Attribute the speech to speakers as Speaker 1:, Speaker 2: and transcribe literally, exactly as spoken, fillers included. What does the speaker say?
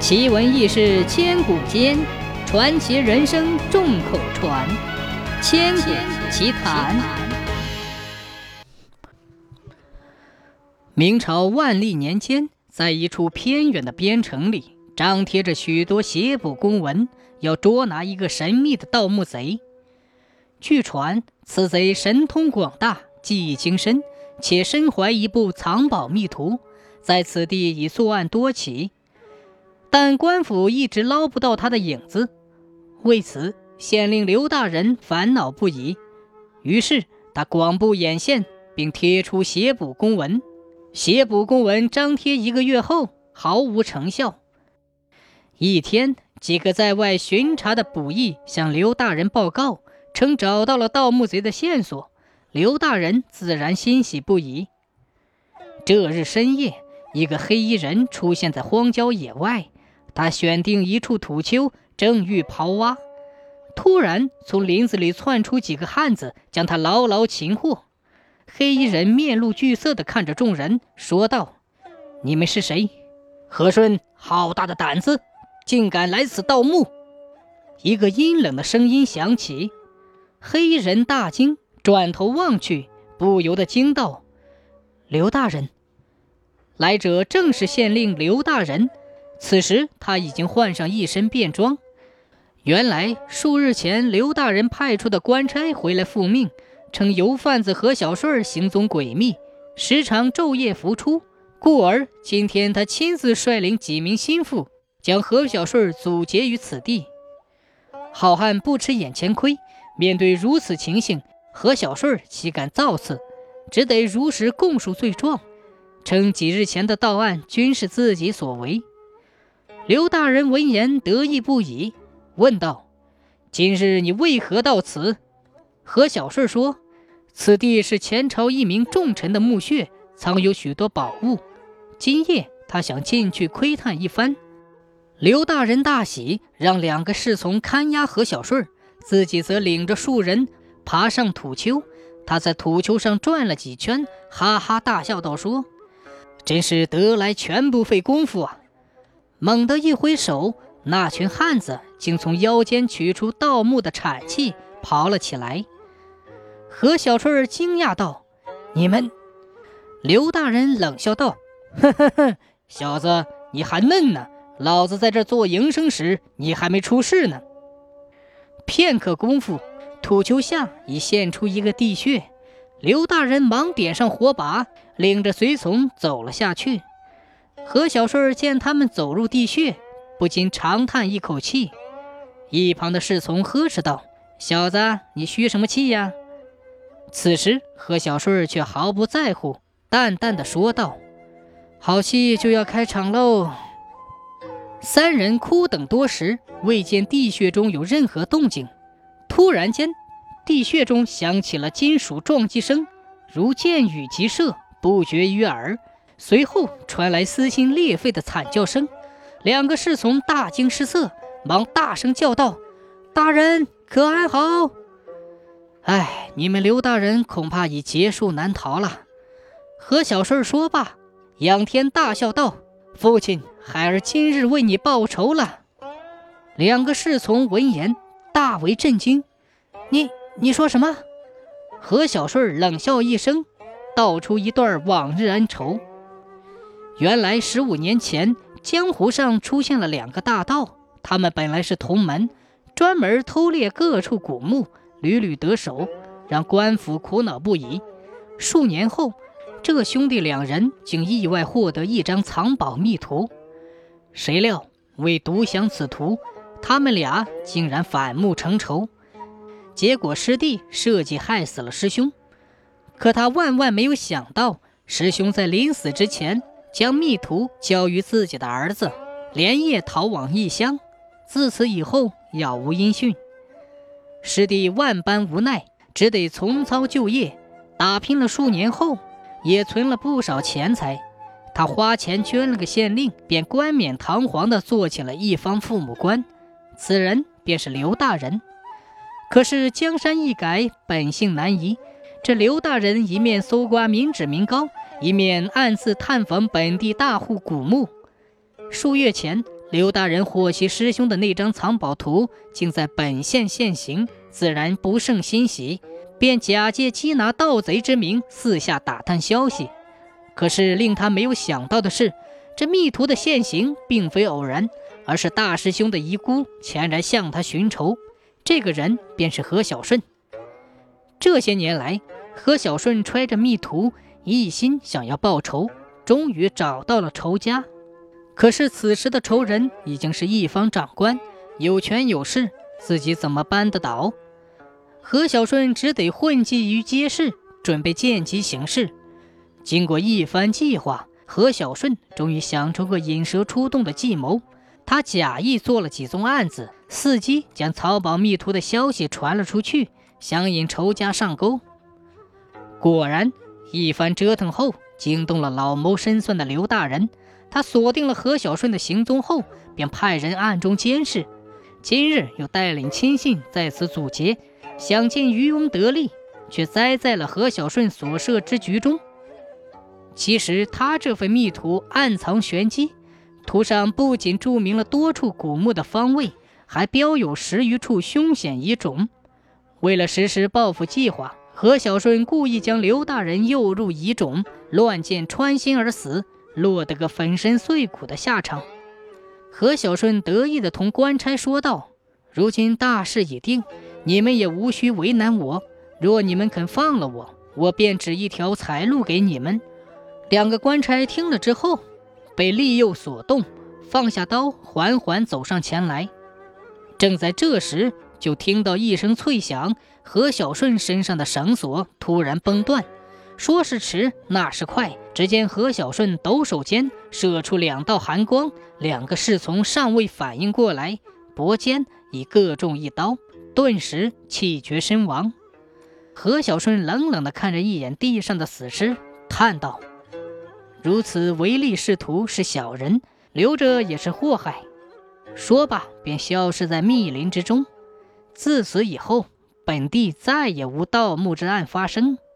Speaker 1: 奇闻异事千古间，传奇人生众口传。千古奇谈。明朝万历年间，在一处偏远的边城里，张贴着许多胁捕公文，要捉拿一个神秘的盗墓贼。据传，此贼神通广大，技艺精深，且身怀一部藏宝秘图，在此地已作案多起，但官府一直捞不到他的影子。为此，县令刘大人烦恼不已，于是他广布眼线，并贴出胁捕公文。胁捕公文张贴一个月后，毫无成效。一天，几个在外巡查的捕役向刘大人报告，称找到了盗墓贼的线索。刘大人自然欣喜不已。这日深夜，一个黑衣人出现在荒郊野外，他选定一处土丘，正欲刨挖，突然从林子里窜出几个汉子，将他牢牢擒获。黑衣人面露惧色地看着众人，说道：“你们是谁？和顺好大的胆子，竟敢来此盗墓！”一个阴冷的声音响起。黑衣人大惊，转头望去，不由得惊道：“刘大人！”来者正是县令刘大人。此时他已经换上一身便装。原来数日前刘大人派出的官差回来复命，称油贩子何小顺行踪诡秘，时常昼夜浮出，故而今天他亲自率领几名心腹，将何小顺阻截于此地。好汉不吃眼前亏，面对如此情形，何小顺岂敢造次，只得如实供述罪状，称几日前的盗案均是自己所为。刘大人闻言得意不已，问道：“今日你为何到此？”何小顺说：“此地是前朝一名重臣的墓穴，藏有许多宝物，今夜他想进去窥探一番。”刘大人大喜，让两个侍从看押何小顺，自己则领着数人爬上土丘。他在土丘上转了几圈，哈哈大笑道说：“真是得来全不费功夫啊！”猛地一挥手，那群汉子竟从腰间取出盗墓的铲器，刨了起来。何小顺惊讶道：“你们？”刘大人冷笑道：“呵呵呵，小子，你还嫩呢，老子在这做营生时，你还没出世呢。”片刻功夫，土丘下已现出一个地穴。刘大人忙点上火把，领着随从走了下去。何小顺见他们走入地穴，不禁长叹一口气。一旁的侍从呵斥道：“小子，你吁什么气呀？”此时何小顺却毫不在乎，淡淡的说道：“好戏就要开场喽。”三人苦等多时，未见地穴中有任何动静。突然间，地穴中响起了金属撞击声，如箭雨急射，不绝于耳。随后传来撕心裂肺的惨叫声，两个侍从大惊失色，忙大声叫道：“大人可安好？”哎，你们刘大人恐怕已劫数难逃了。何小顺说罢，仰天大笑道：“父亲，孩儿今日为你报仇了。”两个侍从闻言大为震惊：“你你说什么？”何小顺冷笑一声，道出一段往日恩仇。原来十五年前，江湖上出现了两个大盗，他们本来是同门，专门偷猎各处古墓，屡屡得手，让官府苦恼不已。数年后，这兄弟两人竟意外获得一张藏宝秘图，谁料为独享此图，他们俩竟然反目成仇，结果师弟设计害死了师兄。可他万万没有想到，师兄在临死之前将秘图交于自己的儿子，连夜逃往异乡，自此以后杳无音讯。师弟万般无奈，只得重操旧业，打拼了数年后，也存了不少钱财。他花钱捐了个县令，便冠冕堂皇地做起了一方父母官，此人便是刘大人。可是江山易改，本性难移，这刘大人一面搜刮民脂民膏，一面暗自探访本地大户古墓。数月前， 刘大人获悉师兄的那张藏宝图竟在本县现形，自然不胜欣喜，便假借缉拿盗贼之名四下打探消息。可是令他没有想到的是，这密图的现形并非偶然，而是大师兄的遗孤前来向他寻仇。这个人便是何小顺。这些年来，何小顺揣着密图，一心想要报仇，终于找到了仇家。可是此时的仇人已经是一方长官，有权有势，自己怎么扳得倒？何小顺只得混迹于街市，准备见机行事。经过一番计划，何小顺终于想出个引蛇出洞的计谋。他假意做了几宗案子，伺机将藏宝密图的消息传了出去，想引仇家上钩。果然，一番折腾后，惊动了老谋深算的刘大人。他锁定了何小顺的行踪后，便派人暗中监视。今日又带领亲信在此阻截，想见渔翁得利，却栽在了何小顺所设之局中。其实他这份密图暗藏玄机，图上不仅注明了多处古墓的方位，还标有十余处凶险遗冢。为了实施报复计划，何小顺故意将刘大人诱入遗冢，乱箭穿心而死，落得个粉身碎骨的下场。何小顺得意地同官差说道：如今大事已定，你们也无需为难我，若你们肯放了我，我便指一条财路给你们。两个官差听了之后，被利诱所动，放下刀，缓缓走上前来。正在这时，就听到一声脆响，何小顺身上的绳索突然崩断。说时迟，那时快，只见何小顺抖手间射出两道寒光，两个侍从尚未反应过来，脖间已各中一刀，顿时气绝身亡。何小顺冷冷地看着一眼地上的死尸，叹道：如此唯利是图是小人，留着也是祸害。说罢便消失在密林之中。自此以后，本地再也无盗墓之案发生。